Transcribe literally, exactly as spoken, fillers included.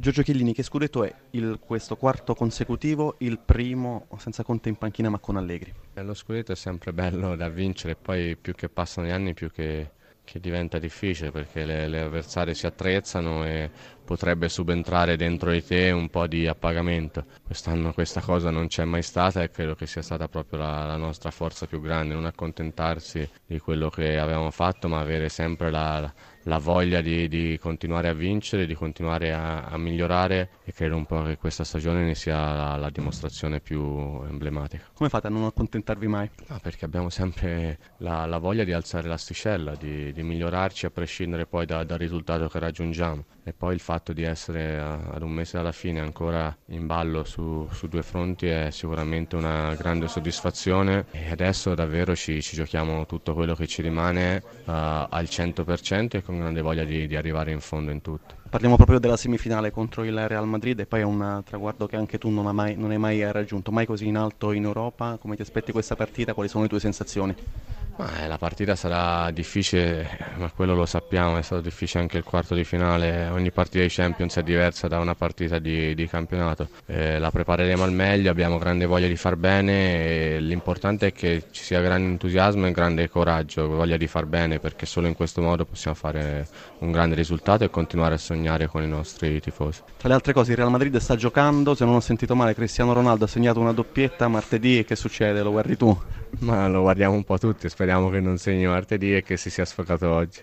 Giorgio Chiellini, che scudetto è il, questo quarto consecutivo, il primo senza Conte in panchina ma con Allegri? Eh, Lo scudetto è sempre bello da vincere, poi più che passano gli anni più che, che diventa difficile perché le, le avversarie si attrezzano e potrebbe subentrare dentro di te un po' di appagamento. Quest'anno questa cosa non c'è mai stata e credo che sia stata proprio la, la nostra forza più grande, non accontentarsi di quello che avevamo fatto ma avere sempre la, la voglia di, di continuare a vincere, di continuare a, a migliorare e credo un po' che questa stagione ne sia la, la dimostrazione più emblematica. Come fate a non accontentarvi mai? No, perché abbiamo sempre la, la voglia di alzare l'asticella, di, di migliorarci a prescindere poi da- dal risultato che raggiungiamo. E poi il fatto di essere a- ad un mese dalla fine ancora in ballo su, su due fronti è sicuramente una grande soddisfazione e adesso davvero ci, ci giochiamo tutto quello che ci rimane eh, al cento per cento e con grande voglia di, di arrivare in fondo in tutto. Parliamo proprio della semifinale contro il Real Madrid e poi è un traguardo che anche tu non, hai mai, non hai mai raggiunto, mai così in alto in Europa. Come ti aspetti questa partita? Quali sono le tue sensazioni? Ma, eh, la partita sarà difficile, ma quello lo sappiamo, è stato difficile anche il quarto di finale, ogni partita di Champions è diversa da una partita di, di campionato. Eh, la prepareremo al meglio, abbiamo grande voglia di far bene e l'importante è che ci sia grande entusiasmo e grande coraggio, voglia di far bene perché solo in questo modo possiamo fare un grande risultato e continuare a sognare con i nostri tifosi. Tra le altre cose il Real Madrid sta giocando, se non ho sentito male Cristiano Ronaldo ha segnato una doppietta martedì e che succede? Lo guardi tu? Ma lo guardiamo un po' tutti, speriamo che non segni martedì e che si sia sfocato oggi.